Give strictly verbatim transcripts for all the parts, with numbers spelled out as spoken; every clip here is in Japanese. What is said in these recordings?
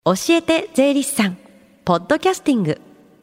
教えて税理士さんポッドキャスティング。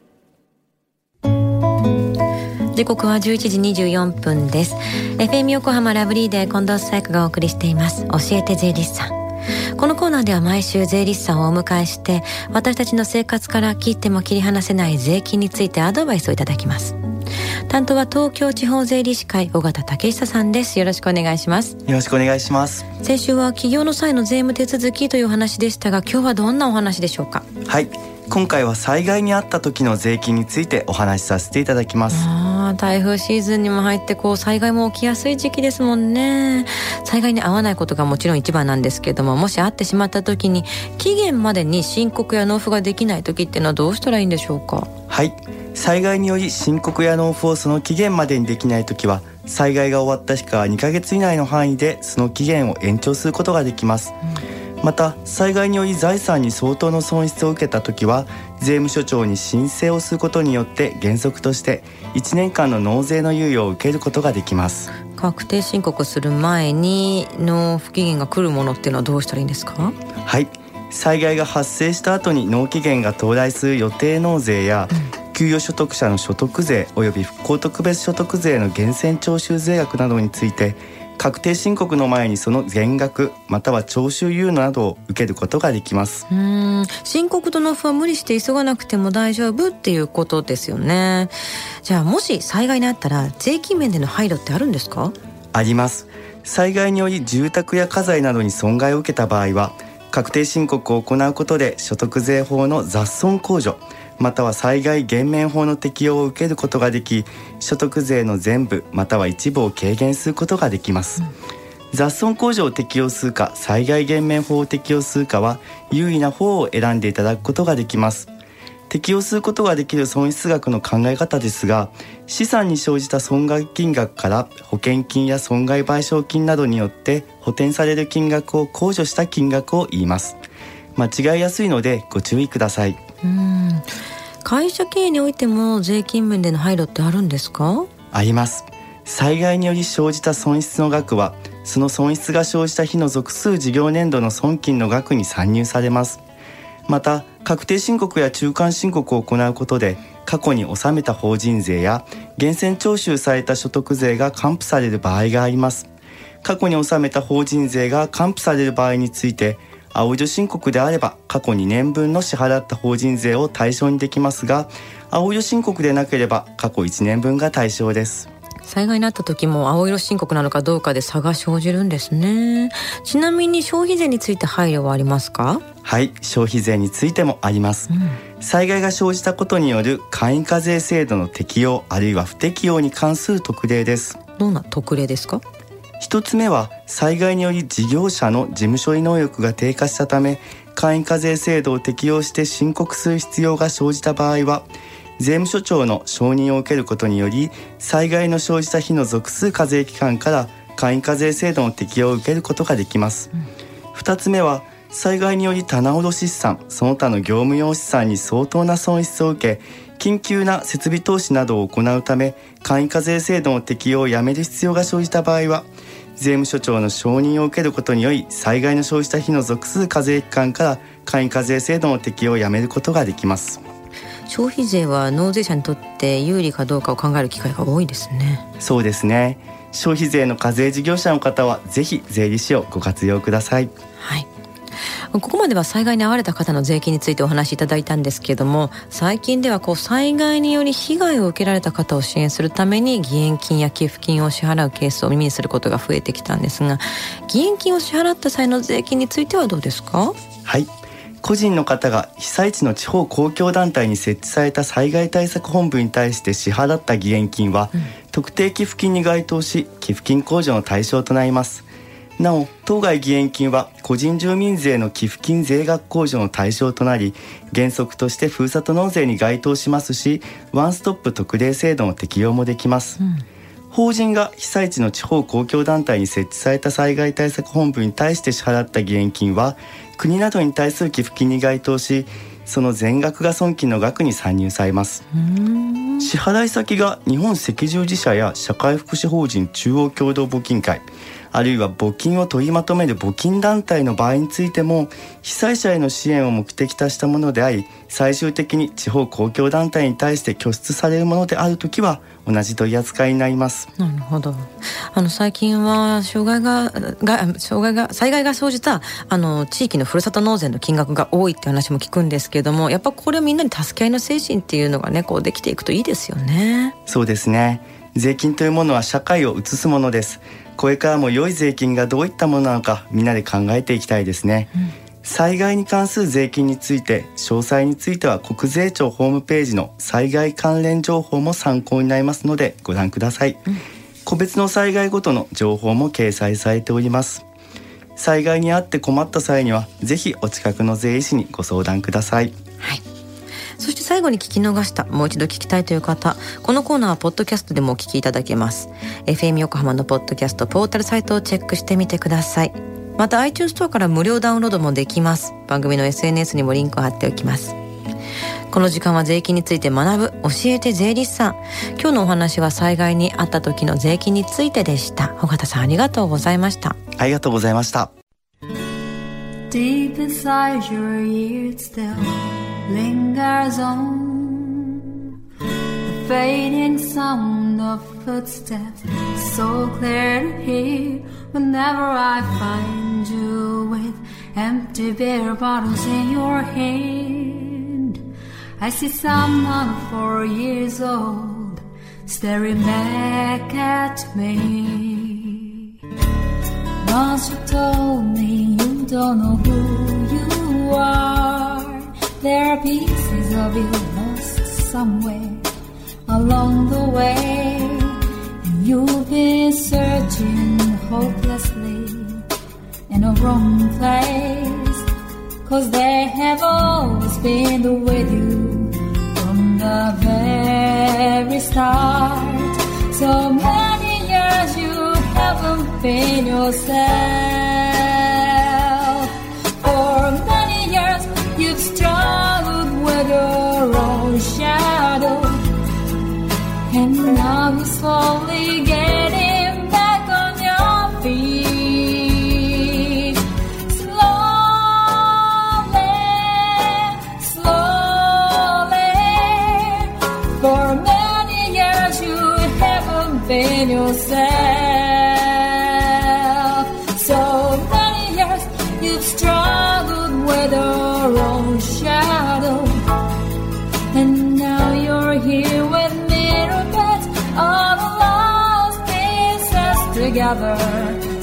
時刻はじゅういちじにじゅうよんぷんです。 エフエム 横浜ラブリーで近藤紗友香がお送りしています教えて税理士さん。このコーナーでは毎週税理士さんをお迎えして、私たちの生活から切っても切り離せない税金についてアドバイスをいただきます。担当は東京地方税理士会尾形武久さんです。よろしくお願いします。 よろしくお願いします。 先週は起業の際の税務手続きというお話でしたが、今日はどんなお話でしょうか？ はい、今回は災害にあった時の税金についてお話しさせていただきます。 あ、台風シーズンにも入ってこう災害も起きやすい時期ですもんね。災害に遭わないことがもちろん一番なんですけれども、もし遭ってしまった時に期限までに申告や納付ができない時っていうのはどうしたらいいんでしょうか？ はい、災害により申告や納付をその期限までにできない時は、災害が終わった日からにかげつ以内の範囲でその期限を延長することができます、うん、また災害により財産に相当の損失を受けた時は、税務署長に申請をすることによって原則としていちねんかんの納税の猶予を受けることができます。 確定申告する前に納付期限が来るものっていうのはどうしたらいいんですか？ はい、災害が発生した後に納期限が到来する予定納税や、うん、給与所得者の所得税および復興特別所得税の源泉徴収税額などについて、確定申告の前にその減額または徴収猶予などを受けることができます。 うーん、申告と納付は無理して急がなくても大丈夫っていうことですよね。じゃあもし災害にあったら税金面での配慮ってあるんですか？ あります。災害により住宅や家財などに損害を受けた場合は、確定申告を行うことで所得税法の雑損控除または災害減免法の適用を受けることができ、所得税の全部または一部を軽減することができます、うん、雑損控除を適用するか災害減免法を適用するかは優位な方を選んでいただくことができます。適用することができる損失額の考え方ですが、資産に生じた損害金額から保険金や損害賠償金などによって補填される金額を控除した金額を言います。間違いやすいのでご注意ください。 うーん、会社経営においても税金面での配慮ってあるんですか？ あります。災害により生じた損失の額は、その損失が生じた日の属する事業年度の損金の額に算入されます。また確定申告や中間申告を行うことで、過去に納めた法人税や源泉徴収された所得税が還付される場合があります。過去に納めた法人税が還付される場合について、青色申告であれば過去にねんぶんの支払った法人税を対象にできますが、青色申告でなければ過去いちねんぶんが対象です。 災害になった時も青色申告なのかどうかで差が生じるんですね。ちなみに消費税について配慮はありますか？ はい、消費税についてもあります、うん、災害が生じたことによる簡易課税制度の適用あるいは不適用に関する特例です。 どんな特例ですか？ 一つ目は、災害により事業者の事務処理能力が低下したため、簡易課税制度を適用して申告する必要が生じた場合は、税務署長の承認を受けることにより、災害の生じた日の属する課税機関から簡易課税制度の適用を受けることができます、うん、二つ目は、災害により棚卸資産その他の業務用資産に相当な損失を受け、緊急な設備投資などを行うため簡易課税制度の適用をやめる必要が生じた場合は、税務署長の承認を受けることにより、災害の生じた日の属する課税機関から簡易課税制度の適用をやめることができます。 消費税は納税者にとって有利かどうかを考える機会が多いですね。 そうですね。消費税の課税事業者の方はぜひ税理士をご活用ください。 はい、ここまでは災害に遭われた方の税金についてお話しいただいたんですけれども、最近ではこう災害により被害を受けられた方を支援するために義援金や寄付金を支払うケースを耳にすることが増えてきたんですが、義援金を支払った際の税金についてはどうですか？ はい、個人の方が被災地の地方公共団体に設置された災害対策本部に対して支払った義援金は、うん、特定寄付金に該当し寄付金控除の対象となります。なお当該義援金は個人住民税の寄付金税額控除の対象となり、原則としてふるさと納税に該当しますし、ワンストップ特例制度の適用もできます、うん、法人が被災地の地方公共団体に設置された災害対策本部に対して支払った義援金は国などに対する寄付金に該当し、その全額が損金の額に算入されます。 うーん支払い先が日本赤十字社や社会福祉法人中央共同募金会、あるいは募金を取りまとめる募金団体の場合についても、被災者への支援を目的としたものであり、最終的に地方公共団体に対して拠出されるものであるときは同じ取り扱いになります。 なるほど。あの最近は障害がが障害が災害が生じたあの地域のふるさと納税の金額が多いって話も聞くんですけれども、やっぱこれはみんなに助け合いの精神っていうのがね、こうできていくといいですよね。 そうですね。税金というものは社会を映すものです。これからも良い税金がどういったものなのか、みんなで考えていきたいですね、うん、災害に関する税金について、詳細については国税庁ホームページの災害関連情報も参考になりますのでご覧ください、うん、個別の災害ごとの情報も掲載されております。災害に遭って困った際にはぜひお近くの税理士にご相談ください。 はい。そして最後に聞き逃した、もう一度聞きたいという方、このコーナーはポッドキャストでもお聞きいただけます。 エフエム 横浜のポッドキャストポータルサイトをチェックしてみてください。また iTunes ストアから無料ダウンロードもできます。番組の エスエヌエス にもリンクを貼っておきます。この時間は税金について学ぶ教えて税理士さん。今日のお話は災害に遭った時の税金についてでした。尾形さん、ありがとうございました。 ありがとうございました。 Deep inside your ears still lingers on the fading sound of footsteps, so clear to hear whenever I find you with empty beer bottles in your hand. I see someone four years old staring back at me. Once you told me you don't know who you are, there are pieces of you lost somewhere along the way, and you've been searching hopelessly in a wrong place, 'cause they have always been with you from the very start. So many years you haven't been yourself. For many years you've struggled with your own shadow, and now you're slowly getting back on your feet. Slowly, slowly. For many years you haven't been yourself. So many years you've struggled with your own shadow, and now you're here with me, all the lost pieces together.